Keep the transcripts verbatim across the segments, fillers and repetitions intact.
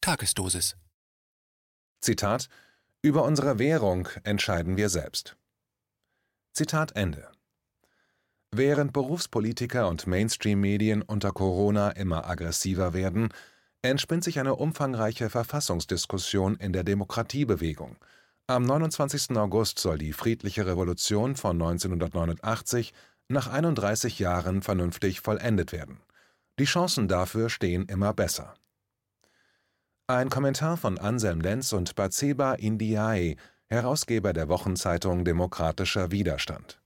Tagesdosis. Zitat: Über unsere Währung entscheiden wir selbst. Zitat Ende. Während Berufspolitiker und Mainstream-Medien unter Corona immer aggressiver werden, entspinnt sich eine umfangreiche Verfassungsdiskussion in der Demokratiebewegung. Am neunundzwanzigsten August soll die friedliche Revolution von neunzehnhundertneunundachtzig nach einunddreißig Jahren vernünftig vollendet werden. Die Chancen dafür stehen immer besser. Ein Kommentar von Anselm Lenz und Batseba Ndiaye, Herausgeber der Wochenzeitung Demokratischer Widerstand.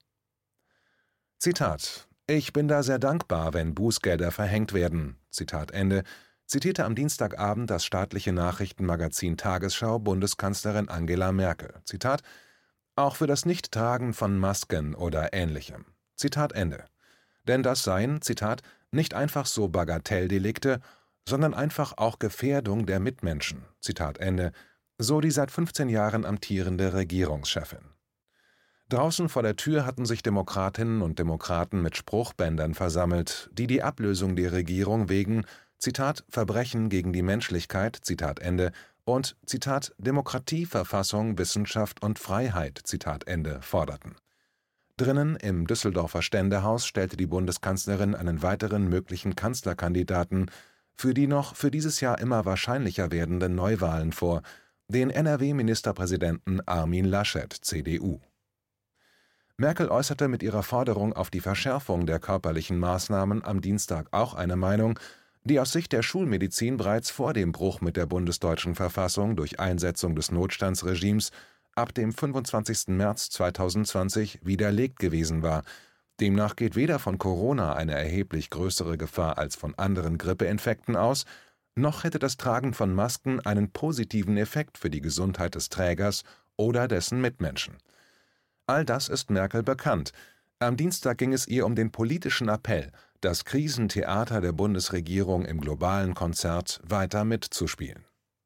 Zitat: Ich bin da sehr dankbar, wenn Bußgelder verhängt werden. Zitat Ende. Zitierte am Dienstagabend das staatliche Nachrichtenmagazin Tagesschau Bundeskanzlerin Angela Merkel. Zitat: Auch für das Nichttragen von Masken oder Ähnlichem. Zitat Ende. Denn das seien, Zitat, nicht einfach so Bagatelldelikte, sondern einfach auch Gefährdung der Mitmenschen. Zitat Ende. So die seit fünfzehn Jahren amtierende Regierungschefin. Draußen vor der Tür hatten sich Demokratinnen und Demokraten mit Spruchbändern versammelt, die die Ablösung der Regierung wegen, Zitat, Verbrechen gegen die Menschlichkeit, Zitat Ende, und, Zitat, Demokratie, Verfassung, Wissenschaft und Freiheit, Zitat Ende, forderten. Drinnen im Düsseldorfer Ständehaus stellte die Bundeskanzlerin einen weiteren möglichen Kanzlerkandidaten für die noch für dieses Jahr immer wahrscheinlicher werdenden Neuwahlen vor, den N R W-Ministerpräsidenten Armin Laschet, C D U. Merkel äußerte mit ihrer Forderung auf die Verschärfung der körperlichen Maßnahmen am Dienstag auch eine Meinung, die aus Sicht der Schulmedizin bereits vor dem Bruch mit der bundesdeutschen Verfassung durch Einsetzung des Notstandsregimes ab dem fünfundzwanzigsten März zweitausendzwanzig widerlegt gewesen war. Demnach geht weder von Corona eine erheblich größere Gefahr als von anderen Grippeinfekten aus, noch hätte das Tragen von Masken einen positiven Effekt für die Gesundheit des Trägers oder dessen Mitmenschen. All das ist Merkel bekannt. Am Dienstag ging es ihr um den politischen Appell, das Krisentheater der Bundesregierung im globalen Konzert weiter mitzuspielen.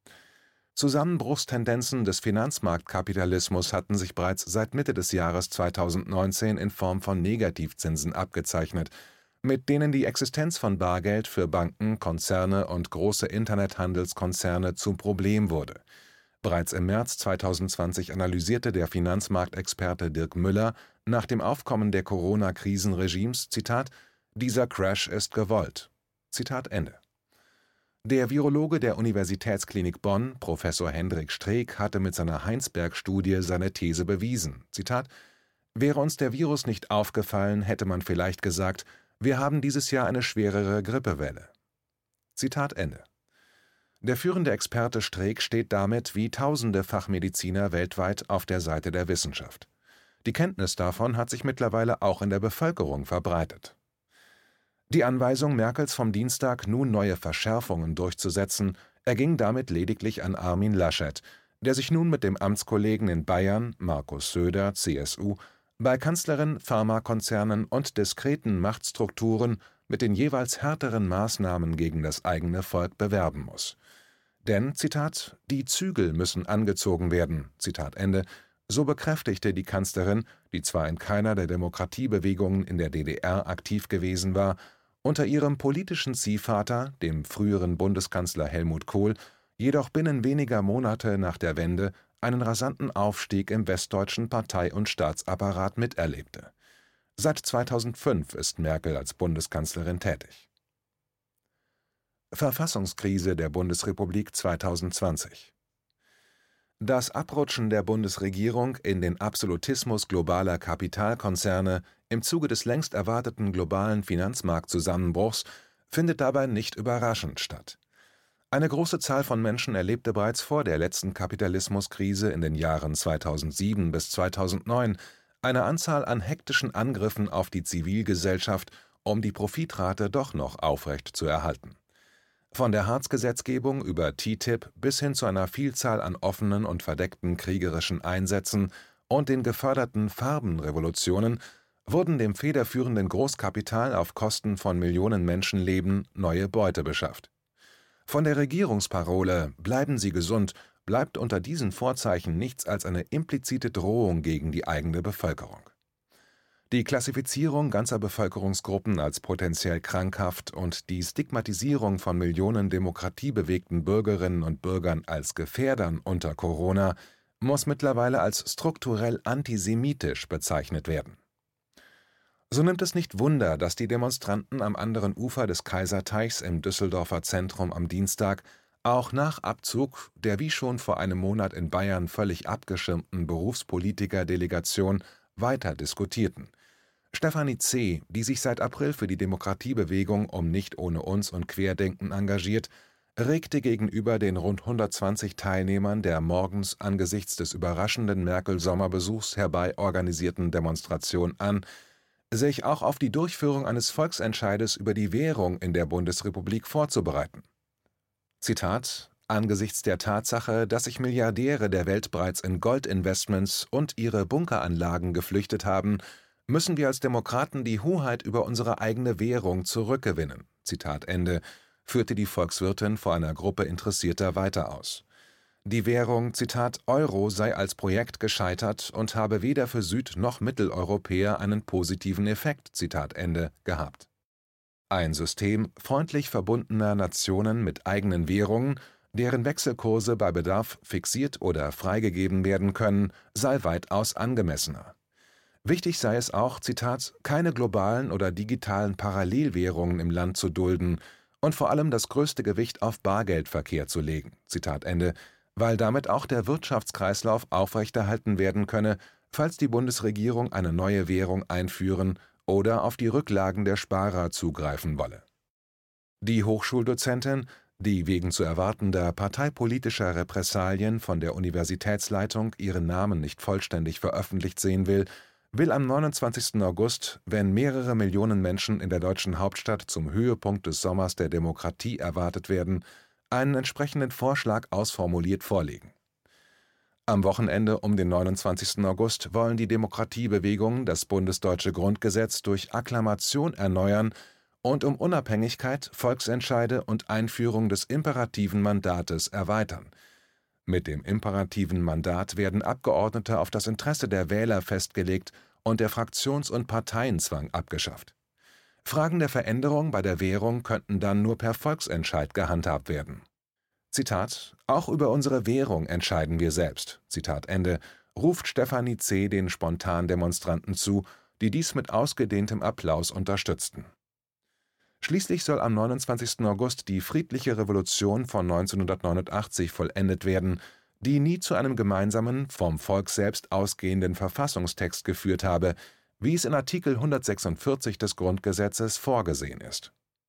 Zusammenbruchstendenzen des Finanzmarktkapitalismus hatten sich bereits seit Mitte des Jahres zweitausendneunzehn in Form von Negativzinsen abgezeichnet, mit denen die Existenz von Bargeld für Banken, Konzerne und große Internethandelskonzerne zum Problem wurde. Bereits im März zweitausendzwanzig analysierte der Finanzmarktexperte Dirk Müller nach dem Aufkommen der Corona-Krisenregimes, Zitat, dieser Crash ist gewollt. Zitat Ende. Der Virologe der Universitätsklinik Bonn, Professor Hendrik Streeck, hatte mit seiner Heinsberg-Studie seine These bewiesen. Zitat: Wäre uns der Virus nicht aufgefallen, hätte man vielleicht gesagt, wir haben dieses Jahr eine schwerere Grippewelle. Zitat Ende. Der führende Experte Streeck steht damit wie tausende Fachmediziner weltweit auf der Seite der Wissenschaft. Die Kenntnis davon hat sich mittlerweile auch in der Bevölkerung verbreitet. Die Anweisung Merkels vom Dienstag, nun neue Verschärfungen durchzusetzen, erging damit lediglich an Armin Laschet, der sich nun mit dem Amtskollegen in Bayern, Markus Söder, C S U, bei Kanzlerin, Pharmakonzernen und diskreten Machtstrukturen mit den jeweils härteren Maßnahmen gegen das eigene Volk bewerben muss. Denn, Zitat, die Zügel müssen angezogen werden, Zitat Ende, so bekräftigte die Kanzlerin, die zwar in keiner der Demokratiebewegungen in der D D R aktiv gewesen war, unter ihrem politischen Ziehvater, dem früheren Bundeskanzler Helmut Kohl, jedoch binnen weniger Monate nach der Wende einen rasanten Aufstieg im westdeutschen Partei- und Staatsapparat miterlebte. Seit zweitausendfünf ist Merkel als Bundeskanzlerin tätig. Verfassungskrise der Bundesrepublik zweitausendzwanzig. Das Abrutschen der Bundesregierung in den Absolutismus globaler Kapitalkonzerne im Zuge des längst erwarteten globalen Finanzmarktzusammenbruchs findet dabei nicht überraschend statt. Eine große Zahl von Menschen erlebte bereits vor der letzten Kapitalismuskrise in den Jahren zweitausendsieben bis zweitausendneun eine Anzahl an hektischen Angriffen auf die Zivilgesellschaft, um die Profitrate doch noch aufrecht zu erhalten. Von der Hartz-Gesetzgebung über T T I P bis hin zu einer Vielzahl an offenen und verdeckten kriegerischen Einsätzen und den geförderten Farbenrevolutionen wurden dem federführenden Großkapital auf Kosten von Millionen Menschenleben neue Beute beschafft. Von der Regierungsparole »Bleiben Sie gesund« bleibt unter diesen Vorzeichen nichts als eine implizite Drohung gegen die eigene Bevölkerung. Die Klassifizierung ganzer Bevölkerungsgruppen als potenziell krankhaft und die Stigmatisierung von Millionen demokratiebewegten Bürgerinnen und Bürgern als Gefährdern unter Corona muss mittlerweile als strukturell antisemitisch bezeichnet werden. So nimmt es nicht Wunder, dass die Demonstranten am anderen Ufer des Kaiserteichs im Düsseldorfer Zentrum am Dienstag auch nach Abzug der wie schon vor einem Monat in Bayern völlig abgeschirmten Berufspolitiker-Delegation weiter diskutierten. Stefanie C., die sich seit April für die Demokratiebewegung um Nicht ohne uns und Querdenken engagiert, regte gegenüber den rund hundertzwanzig Teilnehmern der morgens angesichts des überraschenden Merkel-Sommerbesuchs herbei organisierten Demonstration an, sich auch auf die Durchführung eines Volksentscheides über die Währung in der Bundesrepublik vorzubereiten. Zitat: Angesichts der Tatsache, dass sich Milliardäre der Welt bereits in Goldinvestments und ihre Bunkeranlagen geflüchtet haben, müssen wir als Demokraten die Hoheit über unsere eigene Währung zurückgewinnen. Zitat Ende, führte die Volkswirtin vor einer Gruppe Interessierter weiter aus. Die Währung, Zitat, Euro sei als Projekt gescheitert und habe weder für Süd- noch Mitteleuropäer einen positiven Effekt, Zitat Ende, gehabt. Ein System freundlich verbundener Nationen mit eigenen Währungen, deren Wechselkurse bei Bedarf fixiert oder freigegeben werden können, sei weitaus angemessener. Wichtig sei es auch, Zitat, keine globalen oder digitalen Parallelwährungen im Land zu dulden und vor allem das größte Gewicht auf Bargeldverkehr zu legen, Zitat Ende, weil damit auch der Wirtschaftskreislauf aufrechterhalten werden könne, falls die Bundesregierung eine neue Währung einführen oder auf die Rücklagen der Sparer zugreifen wolle. Die Hochschuldozentin, die wegen zu erwartender parteipolitischer Repressalien von der Universitätsleitung ihren Namen nicht vollständig veröffentlicht sehen will, will am neunundzwanzigsten August, wenn mehrere Millionen Menschen in der deutschen Hauptstadt zum Höhepunkt des Sommers der Demokratie erwartet werden, einen entsprechenden Vorschlag ausformuliert vorlegen. Am Wochenende um den neunundzwanzigsten August wollen die Demokratiebewegungen das bundesdeutsche Grundgesetz durch Akklamation erneuern und um Unabhängigkeit, Volksentscheide und Einführung des imperativen Mandates erweitern. Mit dem imperativen Mandat werden Abgeordnete auf das Interesse der Wähler festgelegt und der Fraktions- und Parteienzwang abgeschafft. Fragen der Veränderung bei der Währung könnten dann nur per Volksentscheid gehandhabt werden. Zitat: Auch über unsere Währung entscheiden wir selbst, Zitat Ende, ruft Stefanie C. den Spontandemonstranten zu, die dies mit ausgedehntem Applaus unterstützten. Schließlich soll am neunundzwanzigsten August die friedliche Revolution von neunzehnhundertneunundachtzig vollendet werden, die nie zu einem gemeinsamen, vom Volk selbst ausgehenden Verfassungstext geführt habe, wie es in Artikel hundertsechsundvierzig des Grundgesetzes vorgesehen ist.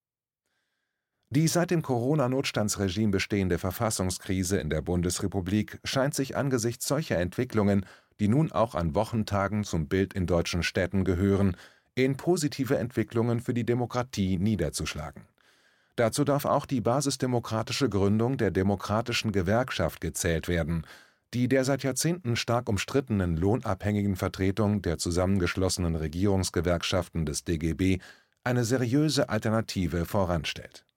Die seit dem Corona-Notstandsregime bestehende Verfassungskrise in der Bundesrepublik scheint sich angesichts solcher Entwicklungen, die nun auch an Wochentagen zum Bild in deutschen Städten gehören, in positive Entwicklungen für die Demokratie niederzuschlagen. Dazu darf auch die basisdemokratische Gründung der Demokratischen Gewerkschaft gezählt werden, die der seit Jahrzehnten stark umstrittenen lohnabhängigen Vertretung der zusammengeschlossenen Regierungsgewerkschaften des D G B eine seriöse Alternative voranstellt.